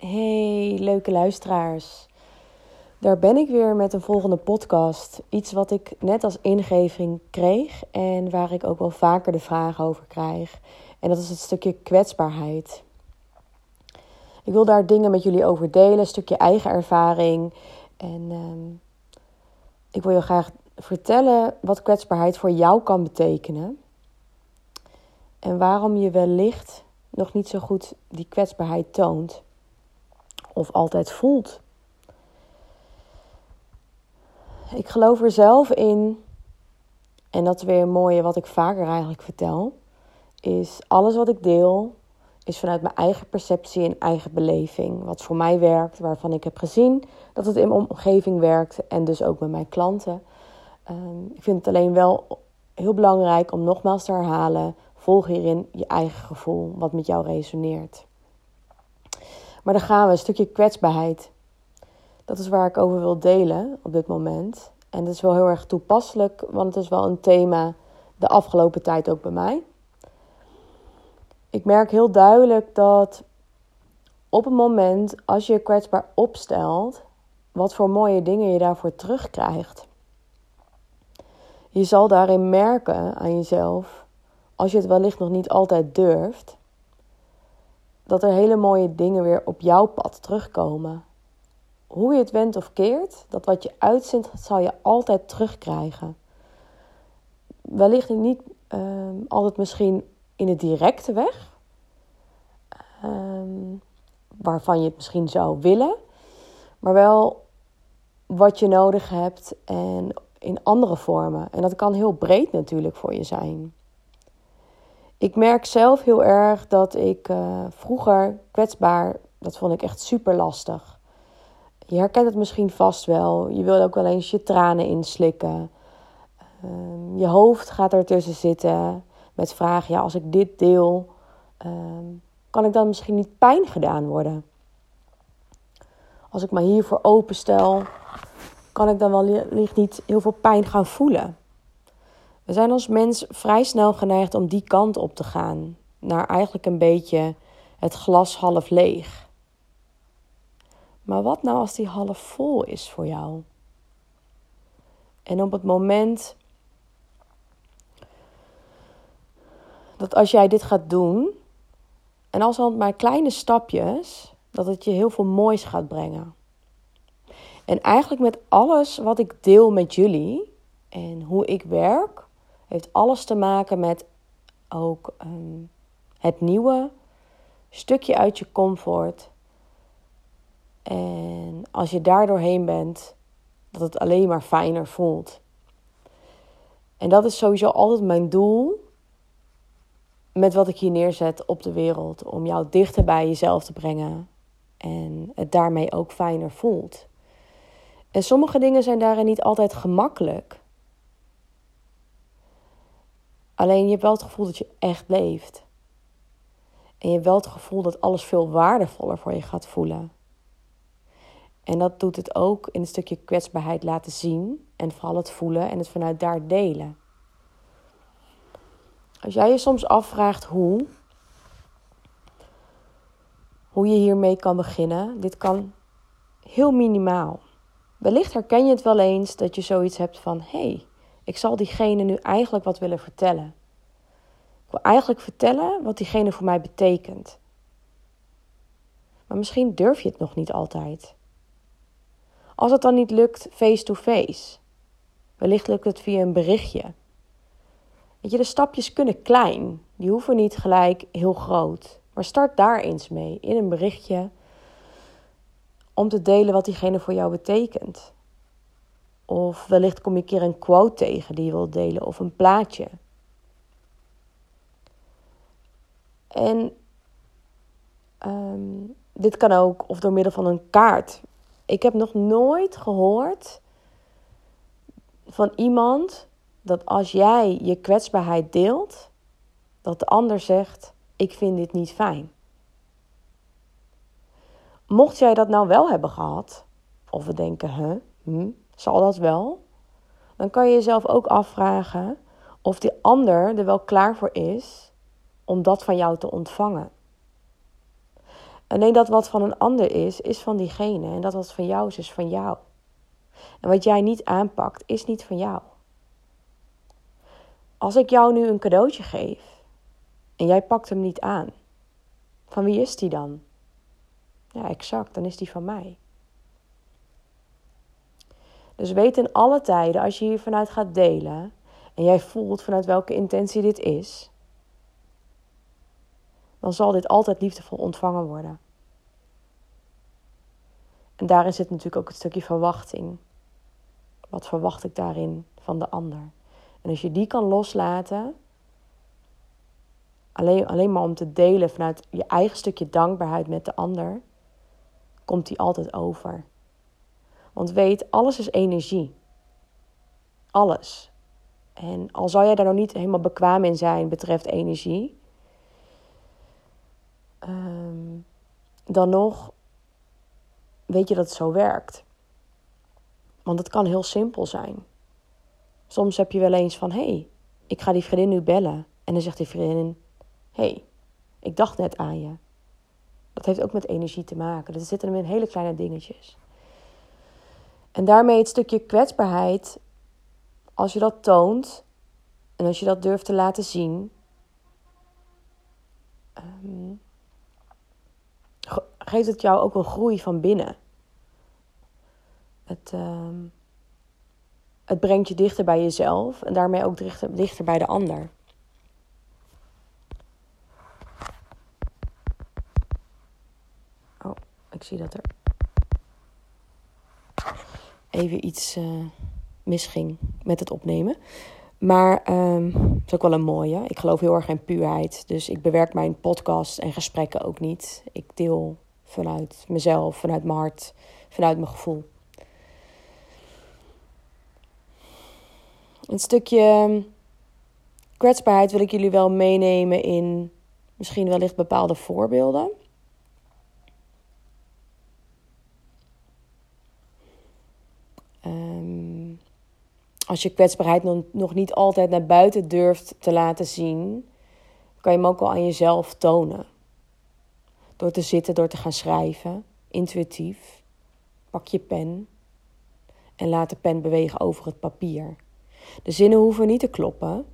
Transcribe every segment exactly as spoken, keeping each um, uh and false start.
Hey, leuke luisteraars. Daar ben ik weer met een volgende podcast. Iets wat ik net als ingeving kreeg en waar ik ook wel vaker de vragen over krijg. En dat is het stukje kwetsbaarheid. Ik wil daar dingen met jullie over delen, een stukje eigen ervaring. En um, ik wil je graag vertellen wat kwetsbaarheid voor jou kan betekenen. En waarom je wellicht nog niet zo goed die kwetsbaarheid toont. Of altijd voelt. Ik geloof er zelf in, en dat is weer een mooie wat ik vaker eigenlijk vertel, is alles wat ik deel, is vanuit mijn eigen perceptie en eigen beleving. Wat voor mij werkt, waarvan ik heb gezien dat het in mijn omgeving werkt en dus ook met mijn klanten. Um, ik vind het alleen wel heel belangrijk om nogmaals te herhalen, volg hierin je eigen gevoel, wat met jou resoneert. Maar dan gaan we, een stukje kwetsbaarheid. Dat is waar ik over wil delen op dit moment. En dat is wel heel erg toepasselijk, want het is wel een thema de afgelopen tijd ook bij mij. Ik merk heel duidelijk dat op het moment als je je kwetsbaar opstelt, wat voor mooie dingen je daarvoor terugkrijgt. Je zal daarin merken aan jezelf, als je het wellicht nog niet altijd durft, dat er hele mooie dingen weer op jouw pad terugkomen. Hoe je het wendt of keert, dat wat je uitzendt, zal je altijd terugkrijgen. Wellicht niet uh, altijd misschien in de directe weg, uh, waarvan je het misschien zou willen, maar wel wat je nodig hebt en in andere vormen. En dat kan heel breed natuurlijk voor je zijn. Ik merk zelf heel erg dat ik uh, vroeger kwetsbaar, dat vond ik echt super lastig. Je herkent het misschien vast wel. Je wil ook wel eens je tranen inslikken. Uh, je hoofd gaat ertussen zitten met vragen, ja, als ik dit deel, uh, kan ik dan misschien niet pijn gedaan worden? Als ik me hiervoor openstel, kan ik dan wellicht niet heel veel pijn gaan voelen? We zijn als mens vrij snel geneigd om die kant op te gaan. Naar eigenlijk een beetje het glas half leeg. Maar wat nou als die half vol is voor jou? En op het moment dat als jij dit gaat doen, en als al maar kleine stapjes, dat het je heel veel moois gaat brengen. En eigenlijk met alles wat ik deel met jullie en hoe ik werk, heeft alles te maken met ook um, het nieuwe, stukje uit je comfort. En als je daar doorheen bent, dat het alleen maar fijner voelt. En dat is sowieso altijd mijn doel met wat ik hier neerzet op de wereld. Om jou dichter bij jezelf te brengen. En het daarmee ook fijner voelt. En sommige dingen zijn daarin niet altijd gemakkelijk. Alleen je hebt wel het gevoel dat je echt leeft. En je hebt wel het gevoel dat alles veel waardevoller voor je gaat voelen. En dat doet het ook in een stukje kwetsbaarheid laten zien. En vooral het voelen en het vanuit daar delen. Als jij je soms afvraagt hoe. Hoe je hiermee kan beginnen. Dit kan heel minimaal. Wellicht herken je het wel eens dat je zoiets hebt van, hé, hey, ik zal diegene nu eigenlijk wat willen vertellen. Ik wil eigenlijk vertellen wat diegene voor mij betekent. Maar misschien durf je het nog niet altijd. Als het dan niet lukt face-to-face. Wellicht lukt het via een berichtje. Weet je, de stapjes kunnen klein. Die hoeven niet gelijk heel groot. Maar start daar eens mee. In een berichtje. Om te delen wat diegene voor jou betekent. Of wellicht kom je een keer een quote tegen die je wilt delen. Of een plaatje. En um, dit kan ook of door middel van een kaart. Ik heb nog nooit gehoord van iemand dat als jij je kwetsbaarheid deelt, dat de ander zegt, ik vind dit niet fijn. Mocht jij dat nou wel hebben gehad, of we denken, huh, hm, zal dat wel? Dan kan je jezelf ook afvragen of die ander er wel klaar voor is om dat van jou te ontvangen. Alleen dat wat van een ander is, is van diegene. En dat wat van jou is, is van jou. En wat jij niet aanpakt, is niet van jou. Als ik jou nu een cadeautje geef en jij pakt hem niet aan, van wie is die dan? Ja, exact, dan is die van mij. Dus weet in alle tijden, als je hier vanuit gaat delen en jij voelt vanuit welke intentie dit is, dan zal dit altijd liefdevol ontvangen worden. En daarin zit natuurlijk ook het stukje verwachting. Wat verwacht ik daarin van de ander? En als je die kan loslaten, alleen, alleen maar om te delen vanuit je eigen stukje dankbaarheid met de ander, komt die altijd over. Want weet, alles is energie. Alles. En al zou jij daar nog niet helemaal bekwaam in zijn betreft energie, um, dan nog weet je dat het zo werkt. Want het kan heel simpel zijn. Soms heb je wel eens van, hé, hey, ik ga die vriendin nu bellen. En dan zegt die vriendin, hé, hey, ik dacht net aan je. Dat heeft ook met energie te maken. Dat zitten hem in hele kleine dingetjes. En daarmee het stukje kwetsbaarheid, als je dat toont en als je dat durft te laten zien, um, geeft het jou ook een groei van binnen. Het, um, het brengt je dichter bij jezelf en daarmee ook dichter, dichter bij de ander. Oh, ik zie dat er even iets uh, misging met het opnemen. Maar um, dat is ook wel een mooie. Ik geloof heel erg in puurheid. Dus ik bewerk mijn podcast en gesprekken ook niet. Ik deel vanuit mezelf, vanuit mijn hart, vanuit mijn gevoel. Een stukje kwetsbaarheid wil ik jullie wel meenemen in misschien wellicht bepaalde voorbeelden. Um, als je kwetsbaarheid nog, nog niet altijd naar buiten durft te laten zien, kan je hem ook al aan jezelf tonen. Door te zitten, door te gaan schrijven, intuïtief. Pak je pen en laat de pen bewegen over het papier. De zinnen hoeven niet te kloppen,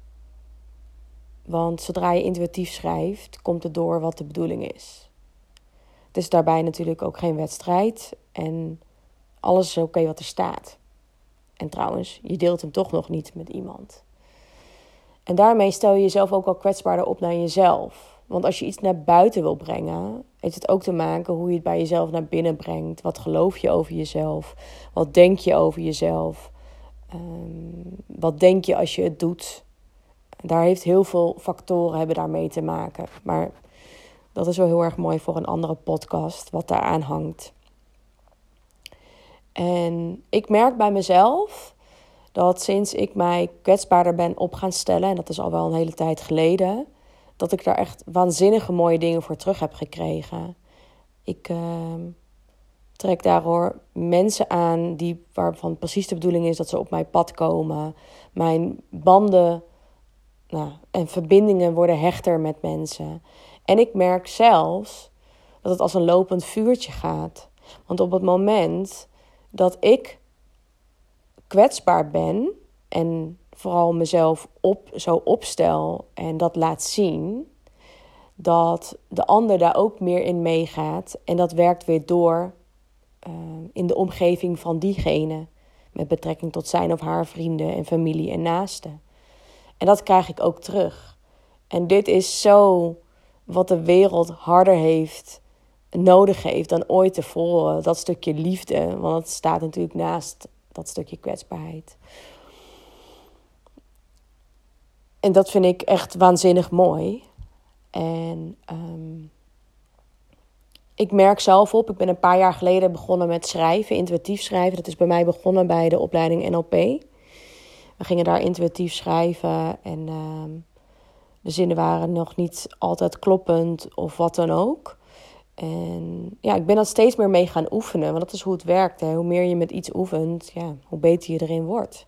want zodra je intuïtief schrijft, komt het door wat de bedoeling is. Het is daarbij natuurlijk ook geen wedstrijd en alles is oké wat er staat. En trouwens, je deelt hem toch nog niet met iemand. En daarmee stel je jezelf ook al kwetsbaarder op naar jezelf. Want als je iets naar buiten wil brengen, heeft het ook te maken hoe je het bij jezelf naar binnen brengt. Wat geloof je over jezelf? Wat denk je over jezelf? Um, wat denk je als je het doet? Daar heeft heel veel factoren hebben daarmee te maken. Maar dat is wel heel erg mooi voor een andere podcast, wat daaraan hangt. En ik merk bij mezelf dat sinds ik mij kwetsbaarder ben op gaan stellen, en dat is al wel een hele tijd geleden, dat ik daar echt waanzinnige mooie dingen voor terug heb gekregen. Ik uh, trek daardoor mensen aan die, waarvan precies de bedoeling is dat ze op mijn pad komen. Mijn banden nou, en verbindingen worden hechter met mensen. En ik merk zelfs dat het als een lopend vuurtje gaat. Want op het moment dat ik kwetsbaar ben en vooral mezelf op, zo opstel en dat laat zien, dat de ander daar ook meer in meegaat. En dat werkt weer door uh, in de omgeving van diegene, met betrekking tot zijn of haar vrienden en familie en naasten. En dat krijg ik ook terug. En dit is zo wat de wereld harder heeft, nodig heeft dan ooit tevoren. Dat stukje liefde, want het staat natuurlijk naast dat stukje kwetsbaarheid. En dat vind ik echt waanzinnig mooi. En um, ik merk zelf op, ik ben een paar jaar geleden begonnen met schrijven, intuïtief schrijven. Dat is bij mij begonnen bij de opleiding N L P. We gingen daar intuïtief schrijven en um, de zinnen waren nog niet altijd kloppend of wat dan ook. En ja, ik ben dan steeds meer mee gaan oefenen, want dat is hoe het werkt. Hè. Hoe meer je met iets oefent, ja, hoe beter je erin wordt.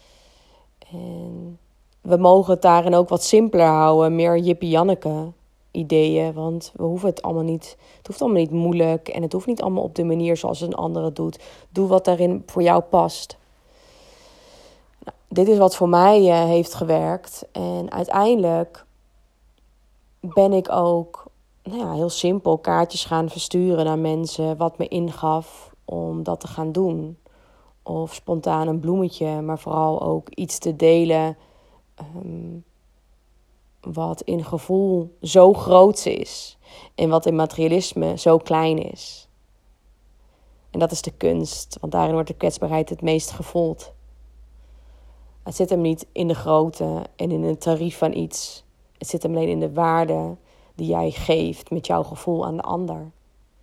En we mogen het daarin ook wat simpeler houden, meer Jippie Janneke. ideeën. Want we hoeven het allemaal niet. Het hoeft allemaal niet moeilijk. En het hoeft niet allemaal op de manier zoals een ander het doet. Doe wat daarin voor jou past. Nou, dit is wat voor mij uh, heeft gewerkt. En uiteindelijk ben ik ook nou ja, heel simpel kaartjes gaan versturen naar mensen. Wat me ingaf om dat te gaan doen. Of spontaan een bloemetje. Maar vooral ook iets te delen. Um, wat in gevoel zo groot is. En wat in materialisme zo klein is. En dat is de kunst. Want daarin wordt de kwetsbaarheid het meest gevoeld. Het zit hem niet in de grootte en in het tarief van iets. Het zit hem alleen in de waarde die jij geeft met jouw gevoel aan de ander.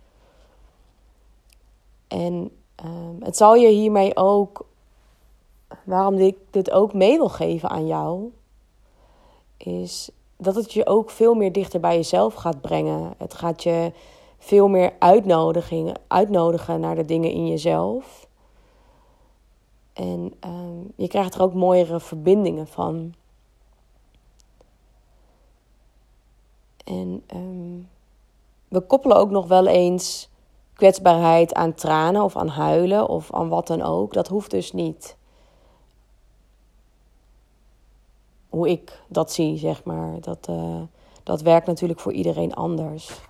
En um, het zal je hiermee ook, waarom ik dit ook mee wil geven aan jou, is dat het je ook veel meer dichter bij jezelf gaat brengen. Het gaat je veel meer uitnodigingen, uitnodigen naar de dingen in jezelf. En um, je krijgt er ook mooiere verbindingen van. En um, we koppelen ook nog wel eens kwetsbaarheid aan tranen of aan huilen of aan wat dan ook. Dat hoeft dus niet. Hoe ik dat zie, zeg maar. Dat, uh, dat werkt natuurlijk voor iedereen anders.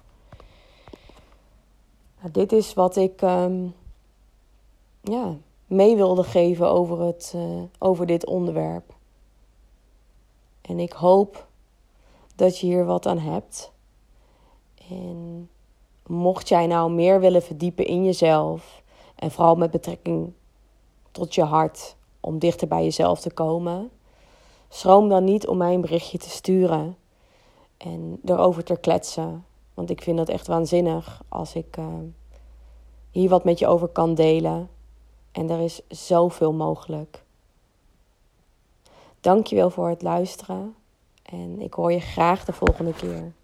Nou, dit is wat ik um, ja, mee wilde geven over, het, uh, over dit onderwerp. En ik hoop dat je hier wat aan hebt. En mocht jij nou meer willen verdiepen in jezelf, en vooral met betrekking tot je hart, om dichter bij jezelf te komen, schroom dan niet om mij een berichtje te sturen en erover te kletsen. Want ik vind dat echt waanzinnig als ik uh, hier wat met je over kan delen. En er is zoveel mogelijk. Dank je wel voor het luisteren. En ik hoor je graag de volgende keer.